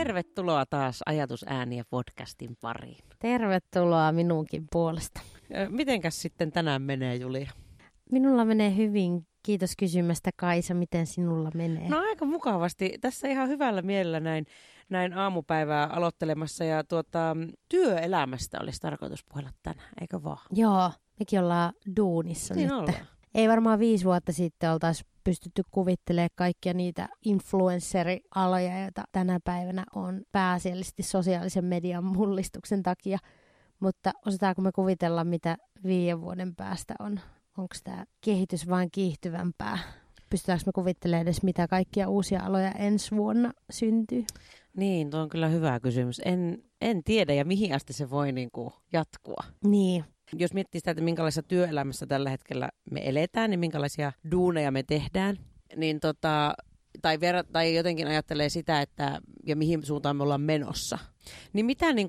Tervetuloa taas Ajatusääniä podcastin pariin. Tervetuloa minunkin puolesta. Mitenkäs sitten tänään menee, Julia? Minulla menee hyvin. Kiitos kysymästä, Kaisa. Miten sinulla menee? No aika mukavasti. Tässä ihan hyvällä mielellä näin aamupäivää aloittelemassa ja työelämästä olisi tarkoitus puhella tänään, eikö vaan? Joo, mekin ollaan duunissa Niin nyt. ollaan. Ei varmaan 5 vuotta sitten oltaisiin pystytty kuvittelemaan kaikkia niitä influenssari-aloja, joita tänä päivänä on pääasiallisesti sosiaalisen median mullistuksen takia. Mutta osataanko me kuvitella, mitä 5 vuoden päästä on? Onko tämä kehitys vain kiihtyvämpää? Pystytäänkö me kuvittelemaan edes, mitä kaikkia uusia aloja ensi vuonna syntyy? Niin, tuo on kyllä hyvä kysymys. En tiedä ja mihin asti se voi jatkua. Niin. Jos miettii sitä, että minkälaisessa työelämässä tällä hetkellä me eletään, niin minkälaisia duuneja me tehdään, niin tai jotenkin ajattelee sitä, että ja mihin suuntaan me ollaan menossa. Niin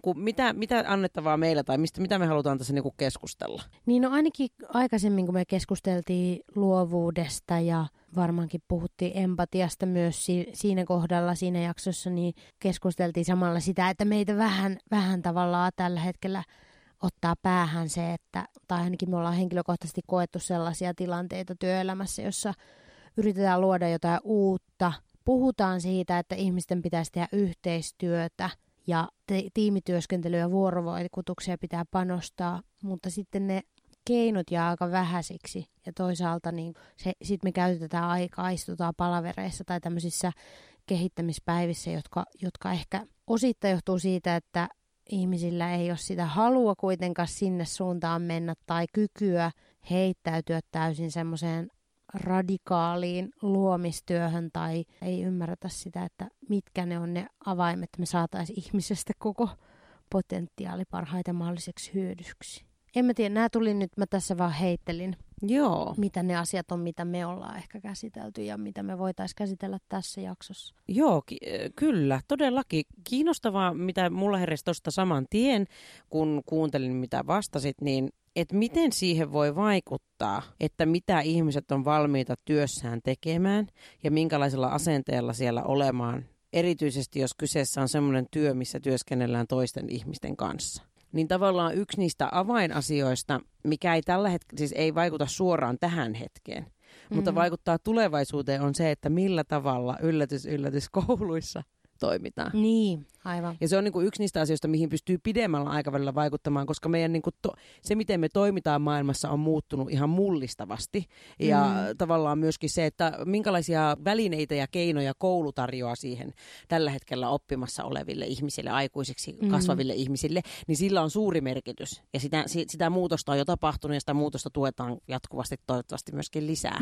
mitä annettavaa meillä tai mitä me halutaan tässä keskustella? Niin ainakin aikaisemmin, kun me keskusteltiin luovuudesta ja varmaankin puhuttiin empatiasta myös siinä kohdalla, siinä jaksossa, niin keskusteltiin samalla sitä, että meitä vähän tavallaan tällä hetkellä ottaa päähän se, että, tai ainakin me ollaan henkilökohtaisesti koettu sellaisia tilanteita työelämässä, jossa yritetään luoda jotain uutta. Puhutaan siitä, että ihmisten pitäisi tehdä yhteistyötä ja tiimityöskentelyä ja vuorovaikutuksia pitää panostaa, mutta sitten ne keinot jää aika vähäisiksi. Ja toisaalta niin sitten me käytetään aikaa, istutaan palavereissa tai tämmöisissä kehittämispäivissä, jotka ehkä osittain johtuu siitä, että ihmisillä ei ole sitä halua kuitenkaan sinne suuntaan mennä tai kykyä heittäytyä täysin semmoiseen radikaaliin luomistyöhön tai ei ymmärretä sitä, että mitkä ne on ne avaimet, että me saataisiin ihmisestä koko potentiaali parhaiten mahdolliseksi hyödyksi. En mä tiedä, nämä tuli nyt, mä tässä vaan heittelin. Joo. Mitä ne asiat on, mitä me ollaan ehkä käsitelty ja mitä me voitaisiin käsitellä tässä jaksossa. Joo, kyllä, todellakin. Kiinnostavaa, mitä mulla heräsi tuosta saman tien, kun kuuntelin, mitä vastasit, niin että miten siihen voi vaikuttaa, että mitä ihmiset on valmiita työssään tekemään ja minkälaisella asenteella siellä olemaan, erityisesti jos kyseessä on semmoinen työ, missä työskennellään toisten ihmisten kanssa. Niin tavallaan yksi niistä avainasioista, mikä ei tällä hetkellä, siis ei vaikuta suoraan tähän hetkeen, mutta vaikuttaa tulevaisuuteen, on se, että millä tavalla yllätys kouluissa toimitaan. Niin, aivan. Ja se on yksi niistä asioista, mihin pystyy pidemmällä aikavälillä vaikuttamaan, koska meidän se, miten me toimitaan maailmassa, on muuttunut ihan mullistavasti. Ja tavallaan myöskin se, että minkälaisia välineitä ja keinoja koulu tarjoaa siihen tällä hetkellä oppimassa oleville ihmisille, aikuisiksi kasvaville ihmisille, niin sillä on suuri merkitys. Ja sitä muutosta on jo tapahtunut ja sitä muutosta tuetaan jatkuvasti toivottavasti myöskin lisää.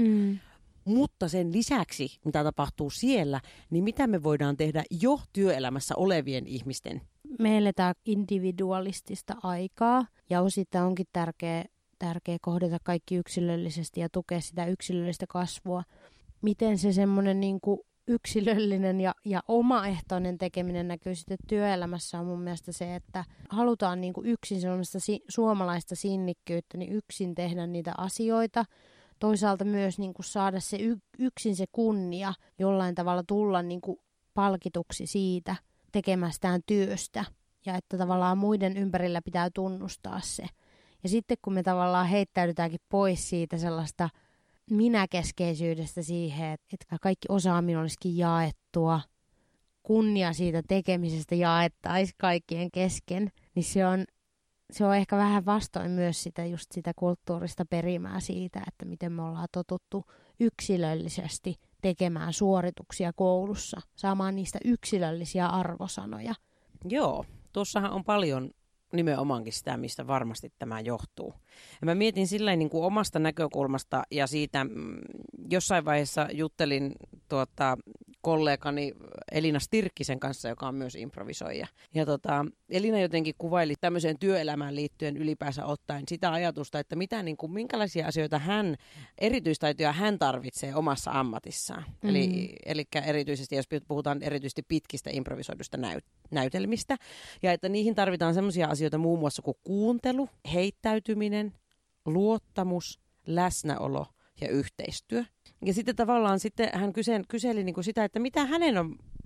Mutta sen lisäksi, mitä tapahtuu siellä, niin mitä me voidaan tehdä jo työelämässä olevien ihmisten? Me eletään individualistista aikaa ja osittain onkin tärkeä kohdata kaikki yksilöllisesti ja tukea sitä yksilöllistä kasvua. Miten se semmoinen yksilöllinen ja omaehtoinen tekeminen näkyy sitten työelämässä on mun mielestä se, että halutaan yksin sellaista suomalaista sinnikkyyttä, niin yksin tehdä niitä asioita. Toisaalta myös saada se yksin se kunnia jollain tavalla tulla palkituksi siitä tekemästään työstä. Ja että tavallaan muiden ympärillä pitää tunnustaa se. Ja sitten kun me tavallaan heittäydytäänkin pois siitä sellaista minäkeskeisyydestä siihen, että kaikki osaaminen olisikin jaettua, kunnia siitä tekemisestä jaettaisiin kaikkien kesken, niin se on ehkä vähän vastoin myös sitä kulttuurista perimää siitä, että miten me ollaan totuttu yksilöllisesti tekemään suorituksia koulussa, saamaan niistä yksilöllisiä arvosanoja. Joo, tuossahan on paljon nimenomaankin sitä, mistä varmasti tämä johtuu. Ja mä mietin sillä omasta näkökulmasta ja siitä jossain vaiheessa juttelin kollegani Elina Stirkkisen kanssa, joka on myös improvisoija. Ja Elina jotenkin kuvaili tämmöiseen työelämään liittyen ylipäänsä ottaen sitä ajatusta, että minkälaisia asioita erityistaitoja hän tarvitsee omassa ammatissaan. Eli erityisesti, jos puhutaan erityisesti pitkistä improvisoidusta näytelmistä, ja että niihin tarvitaan semmoisia asioita muun muassa kuin kuuntelu, heittäytyminen, luottamus, läsnäolo ja yhteistyö. Ja sitten tavallaan hän kyseli sitä, että mitä hänen on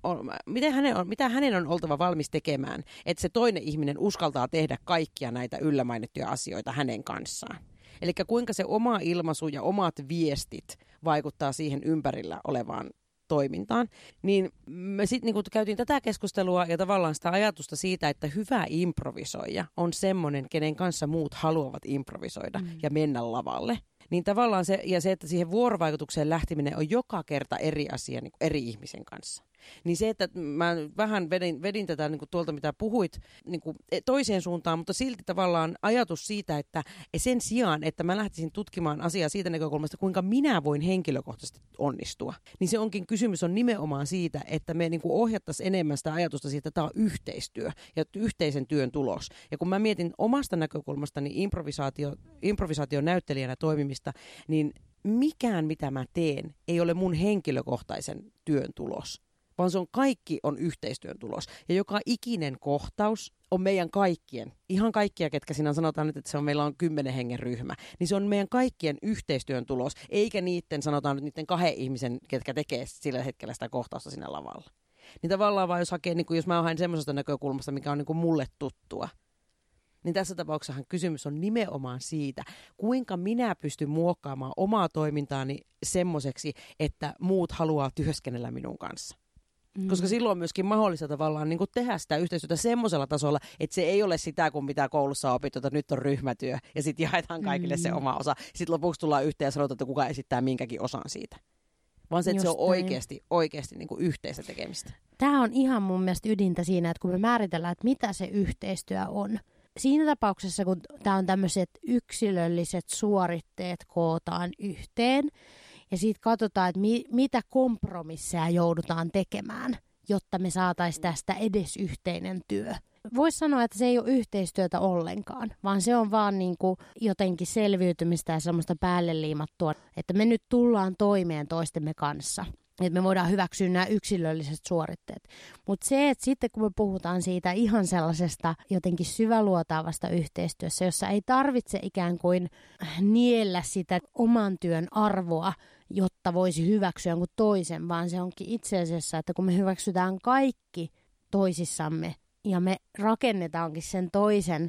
mitä hänen on oltava valmis tekemään, että se toinen ihminen uskaltaa tehdä kaikkia näitä yllämainittuja asioita hänen kanssaan. Eli kuinka se oma ilmaisu ja omat viestit vaikuttaa siihen ympärillä olevaan toimintaan, niin me sitten niin käytiin tätä keskustelua ja tavallaan sitä ajatusta siitä, että hyvä improvisoija on semmoinen, kenen kanssa muut haluavat improvisoida ja mennä lavalle. Niin tavallaan se, että siihen vuorovaikutukseen lähteminen on joka kerta eri asia niin eri ihmisen kanssa. Niin se, että mä vähän vedin tätä niin tuolta, mitä puhuit niin toiseen suuntaan, mutta silti tavallaan ajatus siitä, että sen sijaan, että mä lähtisin tutkimaan asiaa siitä näkökulmasta, kuinka minä voin henkilökohtaisesti onnistua, niin se kysymys on nimenomaan siitä, että me niin ohjattaisiin enemmän sitä ajatusta siitä, että tämä on yhteistyö ja yhteisen työn tulos. Ja kun mä mietin omasta näkökulmastani improvisaation näyttelijänä toimimista, niin mikään, mitä mä teen, ei ole mun henkilökohtaisen työn tulos, vaan kaikki on yhteistyön tulos. Ja joka ikinen kohtaus on meidän kaikkien, ihan kaikkia, ketkä siinä sanotaan nyt, että meillä on 10 hengen ryhmä, niin se on meidän kaikkien yhteistyön tulos, eikä sanotaan nyt niiden 2 ihmisen, ketkä tekee sillä hetkellä sitä kohtausta siinä lavalla. Niin tavallaan vaan jos mä haen semmoisesta näkökulmasta, mikä on mulle tuttua, niin tässä tapauksessahan kysymys on nimenomaan siitä, kuinka minä pystyn muokkaamaan omaa toimintaani semmoiseksi, että muut haluaa työskennellä minun kanssa. Koska silloin on myöskin mahdollista tavallaan tehdä sitä yhteistyötä semmoisella tasolla, että se ei ole sitä, kuin mitä koulussa on opittu, että nyt on ryhmätyö ja sitten jaetaan kaikille se oma osa. Sitten lopuksi tullaan yhteen ja sanotaan, että kuka esittää minkäkin osan siitä. Vaan se, että se on oikeasti yhteistä tekemistä. Tämä on ihan mun mielestä ydintä siinä, että kun me määritellään, että mitä se yhteistyö on. Siinä tapauksessa, kun tämä on tämmöiset yksilölliset suoritteet kootaan yhteen, ja siitä katsotaan, että mitä kompromisseja joudutaan tekemään, jotta me saataisiin tästä edes yhteinen työ. Voisi sanoa, että se ei ole yhteistyötä ollenkaan, vaan se on vaan jotenkin selviytymistä ja semmoista päälle liimattua, että me nyt tullaan toimeen toistemme kanssa. Että me voidaan hyväksyä nämä yksilölliset suoritteet. Mutta se, että sitten kun me puhutaan siitä ihan sellaisesta jotenkin syväluotaavasta yhteistyössä, jossa ei tarvitse ikään kuin niellä sitä oman työn arvoa, jotta voisi hyväksyä jonkun toisen, vaan se onkin itse asiassa, että kun me hyväksytään kaikki toisissamme ja me rakennetaankin sen toisen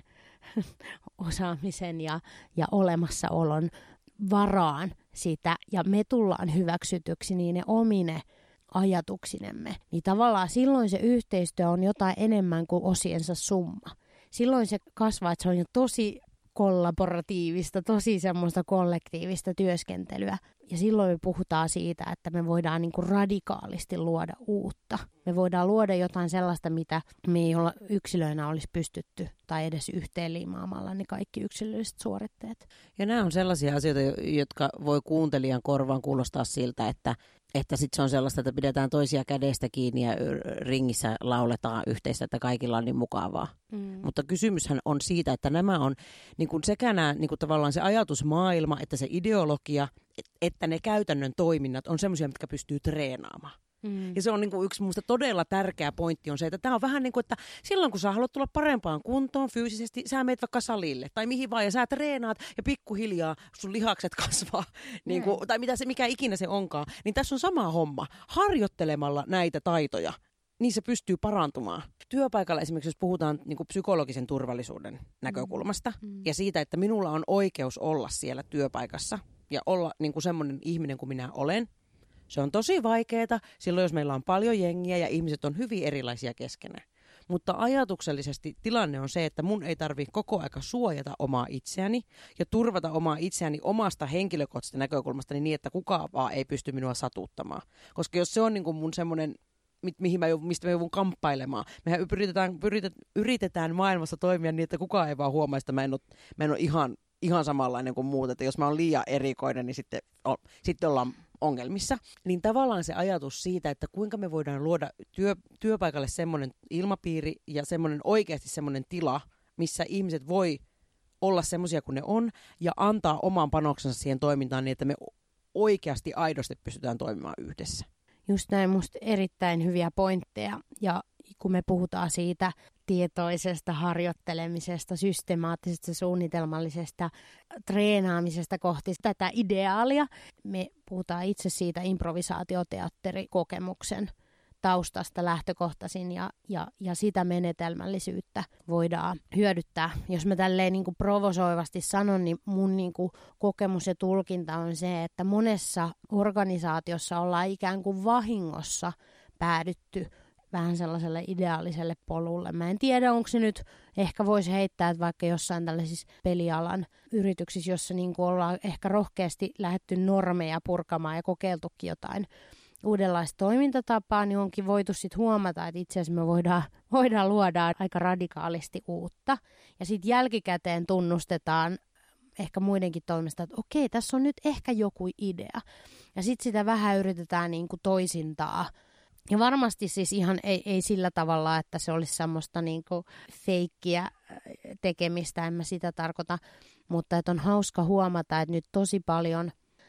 osaamisen ja olemassaolon varaan sitä, ja me tullaan hyväksytyksi niin ne omine ajatuksinemme, niin tavallaan silloin se yhteistyö on jotain enemmän kuin osiensa summa. Silloin se kasvaa, että se on jo tosi kollaboratiivista, tosi semmoista kollektiivista työskentelyä. Ja silloin me puhutaan siitä, että me voidaan radikaalisti luoda uutta. Me voidaan luoda jotain sellaista, mitä me ei olla yksilöinä olisi pystytty tai edes yhteenliimaamalla ne kaikki yksilölliset suoritteet. Ja nämä on sellaisia asioita, jotka voi kuuntelijan korvaan kuulostaa siltä, että sitten se on sellaista, että pidetään toisia kädestä kiinni ja ringissä lauletaan yhteistä, että kaikilla on niin mukavaa. Mutta kysymyshän on siitä, että nämä on sekä nämä tavallaan se ajatusmaailma, että se ideologia, että ne käytännön toiminnat on semmoisia, mitkä pystyy treenaamaan. Ja se on yksi minusta todella tärkeä pointti on se, että tämä on vähän että silloin kun sä haluat tulla parempaan kuntoon fyysisesti, sä meet vaikka salille tai mihin vaan ja sä treenaat ja pikkuhiljaa sun lihakset kasvaa, tai mikä ikinä se onkaan, niin tässä on sama homma. Harjoittelemalla näitä taitoja, niin se pystyy parantumaan. Työpaikalla esimerkiksi, jos puhutaan psykologisen turvallisuuden näkökulmasta ja siitä, että minulla on oikeus olla siellä työpaikassa ja olla semmoinen ihminen kuin minä olen, se on tosi vaikeaa silloin, jos meillä on paljon jengiä ja ihmiset on hyvin erilaisia keskenään. Mutta ajatuksellisesti tilanne on se, että mun ei tarvitse koko aika suojata omaa itseäni ja turvata omaa itseäni omasta henkilökohtaisesta näkökulmasta niin, että kukaan vaan ei pysty minua satuttamaan. Koska jos se on mun semmoinen, mistä me joudun kamppailemaan. Mehän yritetään maailmassa toimia niin, että kukaan ei vaan huomaa, että mä en ole ihan samanlainen kuin muut. Että jos mä oon liian erikoinen, niin sitten ollaan ongelmissa. Niin tavallaan se ajatus siitä, että kuinka me voidaan luoda työpaikalle semmoinen ilmapiiri ja oikeasti semmoinen tila, missä ihmiset voi olla semmoisia kuin ne on ja antaa oman panoksensa siihen toimintaan niin, että me oikeasti aidosti pystytään toimimaan yhdessä. Just näin, musta erittäin hyviä pointteja, ja kun me puhutaan siitä tietoisesta harjoittelemisesta, systemaattisesta, suunnitelmallisesta treenaamisesta kohti tätä ideaalia, me puhutaan itse siitä improvisaatioteatterikokemuksen taustasta lähtökohtaisin ja sitä menetelmällisyyttä voidaan hyödyttää. Jos mä tälleen niin kuin provosoivasti sanon, niin mun niin kuin kokemus ja tulkinta on se, että monessa organisaatiossa ollaan ikään kuin vahingossa päädytty vähän sellaiselle ideaaliselle polulle. Mä en tiedä, onko se nyt, ehkä voisi heittää, että vaikka jossain tällaisissa pelialan yrityksissä, jossa niin kuin ollaan ehkä rohkeasti lähdetty normeja purkamaan ja kokeiltukin jotain uudenlaista toimintatapaa, niin onkin voitu sitten huomata, että itse asiassa me voidaan luoda aika radikaalisti uutta. Ja sitten jälkikäteen tunnustetaan ehkä muidenkin toimesta, että okei, tässä on nyt ehkä joku idea. Ja sitten sitä vähän yritetään niin kuin toisintaa. Ja varmasti siis ihan ei sillä tavalla, että se olisi semmoista niinku feikkiä tekemistä, en mä sitä tarkoita, mutta että on hauska huomata, että nyt tosi paljon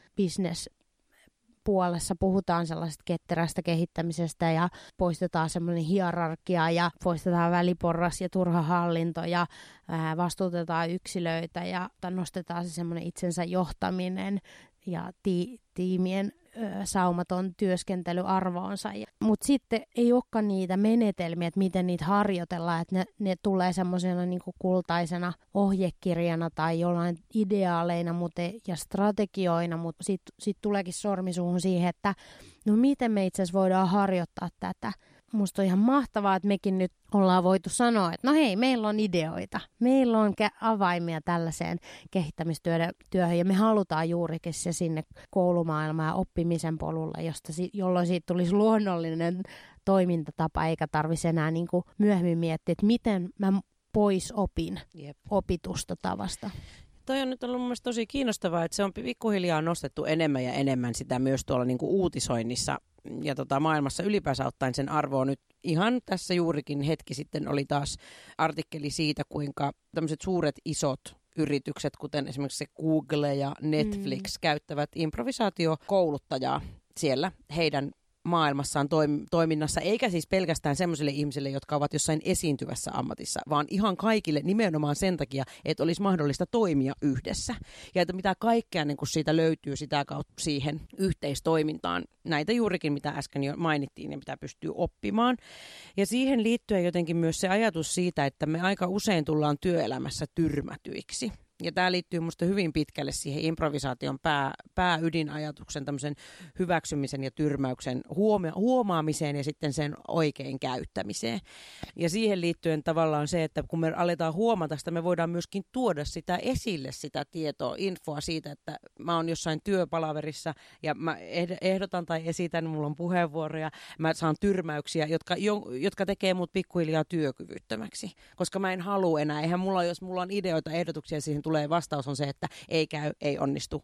business-puolessa puhutaan sellaisesta ketterästä kehittämisestä ja poistetaan semmoinen hierarkia ja poistetaan väliporras ja turha hallinto ja vastuutetaan yksilöitä ja nostetaan se semmoinen itsensä johtaminen ja tiimien saumaton työskentely arvoonsa. Mutta sitten ei olekaan niitä menetelmiä, että miten niitä harjoitellaan, että ne tulee semmoisena niinku kultaisena ohjekirjana tai jollain ideaaleina ja strategioina, mutta sitten tuleekin sormi suuhun siihen, että no miten me itse asiassa voidaan harjoittaa tätä. Musta on ihan mahtavaa, että mekin nyt ollaan voitu sanoa, että no hei, meillä on ideoita, meillä on avaimia tällaiseen kehittämistyöhön ja me halutaan juurikin se sinne koulumaailmaan ja oppimisen polulle, jolloin siitä tulisi luonnollinen toimintatapa eikä tarvitsisi enää niin kuin myöhemmin miettiä, että miten mä pois opin opitusta tavasta. Toi on nyt ollut mun mielestä tosi kiinnostavaa, että se on pikkuhiljaa nostettu enemmän ja enemmän sitä myös tuolla niin kuin uutisoinnissa ja maailmassa ylipäänsä ottaen sen arvoa. Nyt ihan tässä juurikin hetki sitten oli taas artikkeli siitä, kuinka tämmöiset suuret isot yritykset, kuten esimerkiksi se Google ja Netflix, käyttävät improvisaatiokouluttajaa siellä heidän maailmassaan toiminnassa, eikä siis pelkästään semmoisille ihmisille, jotka ovat jossain esiintyvässä ammatissa, vaan ihan kaikille nimenomaan sen takia, että olisi mahdollista toimia yhdessä. Ja että mitä kaikkea niin kun siitä löytyy sitä kautta siihen yhteistoimintaan. Näitä juurikin, mitä äsken jo mainittiin ja mitä pystyy oppimaan. Ja siihen liittyen jotenkin myös se ajatus siitä, että me aika usein tullaan työelämässä tyrmätyiksi. Ja tämä liittyy minusta hyvin pitkälle siihen improvisaation pääydinajatuksen, tämmöisen hyväksymisen ja tyrmäyksen huomaamiseen ja sitten sen oikein käyttämiseen. Ja siihen liittyen tavallaan se, että kun me aletaan huomata sitä, me voidaan myöskin tuoda sitä esille, sitä tietoa, infoa siitä, että mä oon jossain työpalaverissa ja mä ehdotan tai esitän, mulla on puheenvuoroja, mä saan tyrmäyksiä, jotka tekee mut pikkuhiljaa työkyvyttömäksi. Koska mä en halua enää, eihän mulla, jos mulla on ideoita, ehdotuksia siihen tulee vastaus on se, että ei käy, ei onnistu.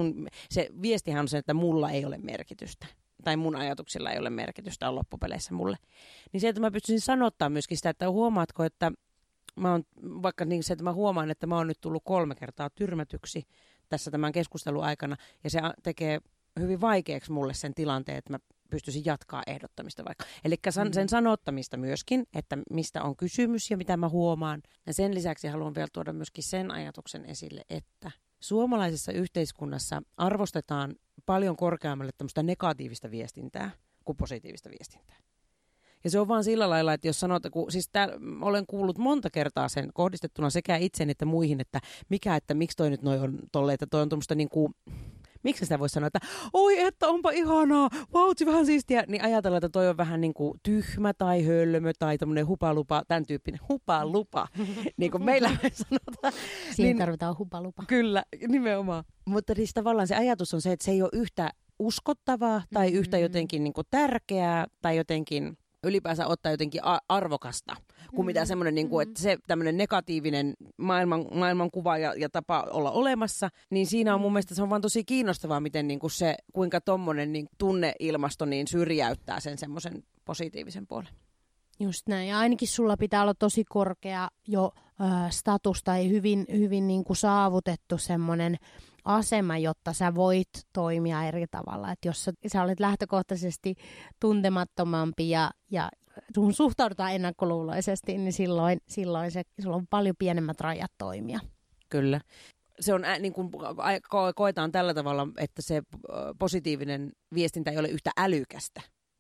Se viestihän on se, että mulla ei ole merkitystä. Tai mun ajatuksilla ei ole merkitystä on loppupeleissä mulle. Niin se, että mä pystyisin sanottaa myöskin sitä, että huomaatko, että mä oon, vaikka niin se, että mä huomaan, että mä oon nyt tullut 3 kertaa tyrmätyksi tässä tämän keskustelun aikana. Ja se tekee hyvin vaikeaksi mulle sen tilanteen, että mä pystyisin jatkaa ehdottamista vaikka. Eli sen sanottamista myöskin, että mistä on kysymys ja mitä mä huomaan. Ja sen lisäksi haluan vielä tuoda myöskin sen ajatuksen esille, että suomalaisessa yhteiskunnassa arvostetaan paljon korkeammalle tämmöistä negatiivista viestintää kuin positiivista viestintää. Ja se on vaan sillä lailla, että jos sanot, siis olen kuullut monta kertaa sen kohdistettuna sekä itseni että muihin, että miksi toi nyt on tolleen, että toi on tuommoista niinku, miksi sitä voisi sanoa, että oi, että onpa ihanaa, vautsi vähän siistiä, niin ajatellaan, että toi on vähän niin kuin tyhmä tai hölmö tai tämmöinen hupalupa, tämän tyyppinen hupalupa, niin kuin meillä sanotaan. Siinä tarvitaan hupalupa. Kyllä, nimenomaan. Mutta siis tavallaan se ajatus on se, että se ei ole yhtä uskottavaa tai yhtä jotenkin niin kuin tärkeää tai jotenkin ylipäänsä ottaa jotenkin arvokasta kuin mitä semmoinen, niin kuin, että se tämmöinen negatiivinen maailmankuva ja tapa olla olemassa, niin siinä on mun mielestä se on vaan tosi kiinnostavaa, miten niin kuin se, kuinka tommonen niin tunneilmasto niin syrjäyttää sen semmoisen positiivisen puolen. Just näin, ja ainakin sulla pitää olla tosi korkea jo status tai hyvin, hyvin niin kuin saavutettu semmoinen asema, jotta sä voit toimia eri tavalla. Että jos sä olet lähtökohtaisesti tuntemattomampi ja sun suhtaudutaan ennakkoluuloisesti, niin silloin sulla on paljon pienemmät rajat toimia. Kyllä. Se on niin kuin koetaan tällä tavalla, että se positiivinen viestintä ei ole yhtä älykästä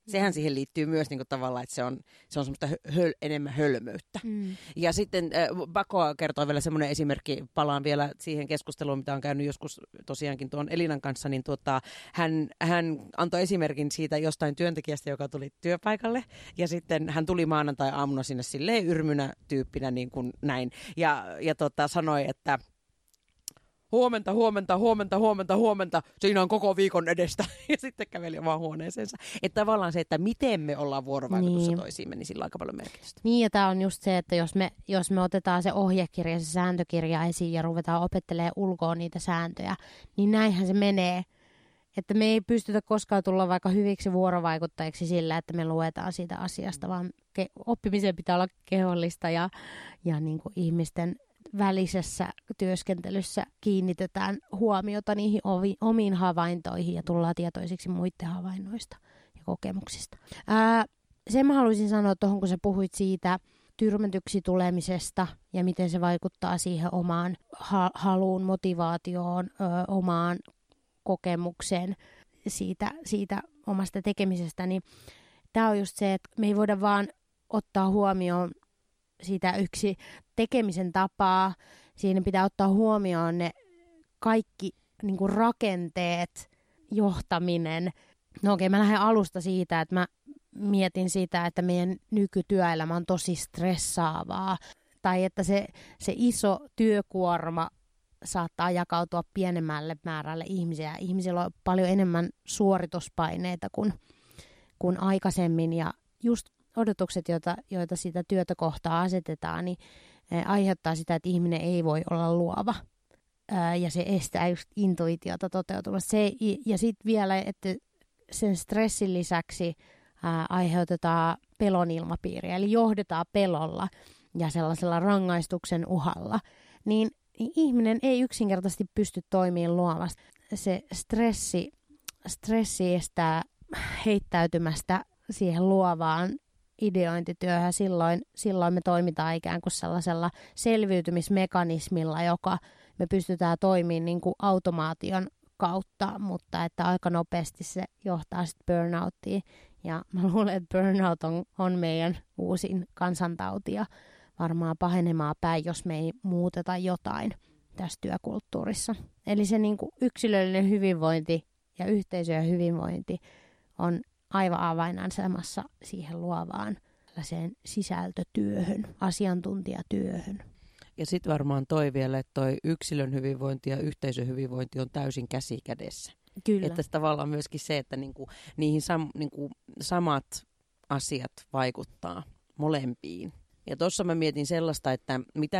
Sehän siihen liittyy myös niin kuin tavallaan, että se on semmoista enemmän hölmöyttä. Ja sitten Pakoa kertoo vielä semmoinen esimerkki, palaan vielä siihen keskusteluun, mitä on käynyt joskus tosiaankin tuon Elinan kanssa, niin hän antoi esimerkin siitä jostain työntekijästä, joka tuli työpaikalle, ja sitten hän tuli maanantai-aamuna sinne silleen yrmynä tyyppinä niin kuin näin, ja sanoi, että huomenta, siinä on koko viikon edestä. Ja sitten käveli omaan huoneeseensa. Että tavallaan se, että miten me ollaan vuorovaikutussa toisiimme, niin sillä on aika paljon merkitystä. Niin, ja tämä on just se, että jos me otetaan se ohjekirja, se sääntökirja esiin ja ruvetaan opettelemaan ulkoa niitä sääntöjä, niin näinhän se menee. Että me ei pystytä koskaan tulla vaikka hyviksi vuorovaikuttajiksi sillä, että me luetaan siitä asiasta, vaan oppimiseen pitää olla kehollista ja niin kuin ihmisten välisessä työskentelyssä kiinnitetään huomiota niihin omiin havaintoihin ja tullaan tietoisiksi muiden havainnoista ja kokemuksista. Sen mä haluaisin sanoa tuohon, kun sä puhuit siitä tyrmätyksi tulemisesta ja miten se vaikuttaa siihen omaan haluun, motivaatioon, omaan kokemukseen siitä omasta tekemisestä, niin tää on just se, että me ei voida vaan ottaa huomioon siitä yksi tekemisen tapaa. Siinä pitää ottaa huomioon ne kaikki niin kuin rakenteet, johtaminen. No okei, mä lähden alusta siitä, että mä mietin sitä, että meidän nykytyöelämä on tosi stressaavaa. Tai että se iso työkuorma saattaa jakautua pienemmälle määrälle ihmisiä. Ihmisillä on paljon enemmän suorituspaineita kuin aikaisemmin. Ja just odotukset, joita sitä työtä kohtaa asetetaan, niin aiheuttaa sitä, että ihminen ei voi olla luova. Ja se estää just intuitiota toteutumasta. Ja sitten vielä, että sen stressin lisäksi aiheutetaan pelon ilmapiiriä, eli johdetaan pelolla ja sellaisella rangaistuksen uhalla, niin ihminen ei yksinkertaisesti pysty toimimaan luovasti. Se stressi estää heittäytymästä siihen luovaan ideointityöhön. Silloin me toimitaan ikään kuin sellaisella selviytymismekanismilla, joka me pystytään toimimaan niin kuin automaation kautta, mutta että aika nopeasti se johtaa sitten burnouttiin. Ja mä luulen, että burnout on meidän uusin kansantauti ja varmaan pahenemaan päin, jos me ei muuteta jotain tässä työkulttuurissa. Eli se niin kuin yksilöllinen hyvinvointi ja yhteisöjen hyvinvointi on aivan avainasemassa siihen luovaan sisältötyöhön, asiantuntijatyöhön. Ja sitten varmaan toi vielä, että toi yksilön hyvinvointi ja yhteisön hyvinvointi on täysin käsi kädessä. Kyllä. Että tavallaan myöskin se, että niihin samat asiat vaikuttaa molempiin. Ja tuossa mä mietin sellaista, että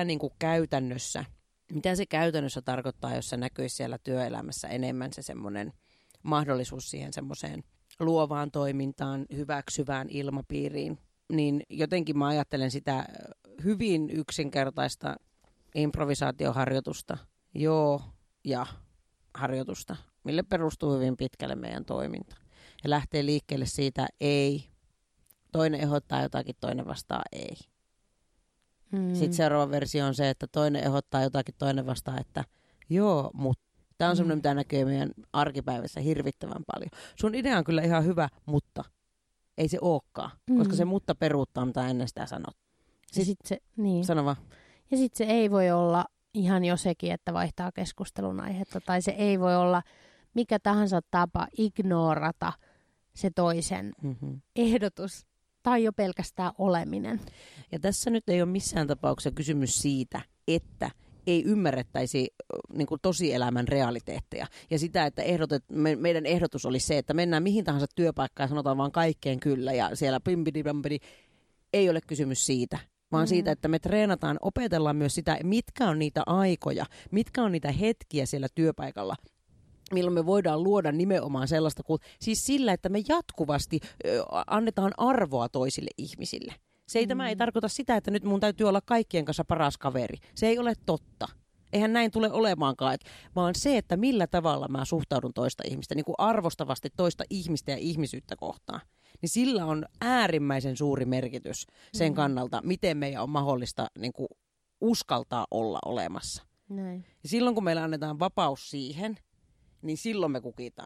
mitä se käytännössä tarkoittaa, jos se näkyisi siellä työelämässä enemmän se semmoinen mahdollisuus siihen semmoiseen luovaan toimintaan, hyväksyvään ilmapiiriin. Niin jotenkin mä ajattelen sitä hyvin yksinkertaista improvisaatioharjoitusta, ja harjoitusta, mille perustuu hyvin pitkälle meidän toiminta. Ja lähtee liikkeelle siitä ei. Toinen ehdottaa jotakin, toinen vastaa ei. Sitten seuraava versio on se, että toinen ehdottaa jotakin, toinen vastaa, että joo, mutta. Tämä on semmoinen, mitä näkee meidän arkipäivässä hirvittävän paljon. Sun idea on kyllä ihan hyvä, mutta ei se olekaan, koska se mutta peruuttaa, mitä ennen sitä sanot. Sano vaan. Ja sitten se ei voi olla ihan jo sekin, että vaihtaa keskustelun aihetta, tai se ei voi olla mikä tahansa tapa ignorata se toisen ehdotus, tai jo pelkästään oleminen. Ja tässä nyt ei ole missään tapauksessa kysymys siitä, että ei ymmärrettäisi niin kuin tosielämän realiteetteja. Ja sitä, että meidän ehdotus oli se, että mennään mihin tahansa työpaikkaan ja sanotaan vaan kaikkeen kyllä. Ja siellä pimpidi, ei ole kysymys siitä, vaan siitä, että me treenataan, opetellaan myös sitä, mitkä on niitä aikoja, mitkä on niitä hetkiä siellä työpaikalla, milloin me voidaan luoda nimenomaan sellaista, siis sillä, että me jatkuvasti annetaan arvoa toisille ihmisille. Tämä ei tarkoita sitä, että nyt mun täytyy olla kaikkien kanssa paras kaveri. Se ei ole totta. Eihän näin tule olemaankaan, vaan se, että millä tavalla mä suhtaudun toista ihmistä, niin kuin arvostavasti toista ihmistä ja ihmisyyttä kohtaan, niin sillä on äärimmäisen suuri merkitys sen kannalta, miten meidän on mahdollista niin kuin uskaltaa olla olemassa. Näin. Ja silloin, kun meillä annetaan vapaus siihen, niin silloin me kukitaan.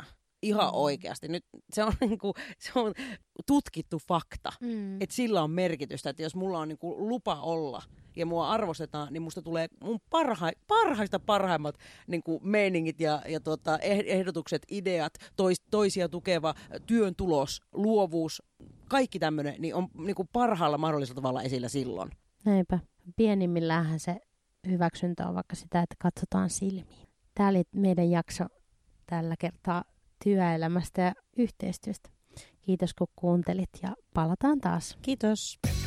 Ihan oikeasti. Nyt se on, se on tutkittu fakta, että sillä on merkitystä, että jos mulla on lupa olla ja mua arvostetaan, niin musta tulee mun parhaimmat meiningit ja ehdotukset, ideat, toisia tukeva työn tulos, luovuus, kaikki tämmöinen, niin on parhaalla mahdollisella tavalla esillä silloin. Näinpä. Pienimmilläänhän se hyväksyntä on vaikka sitä, että katsotaan silmiin. Tämä oli meidän jakso tällä kertaa työelämästä ja yhteistyöstä. Kiitos kun kuuntelit ja palataan taas. Kiitos.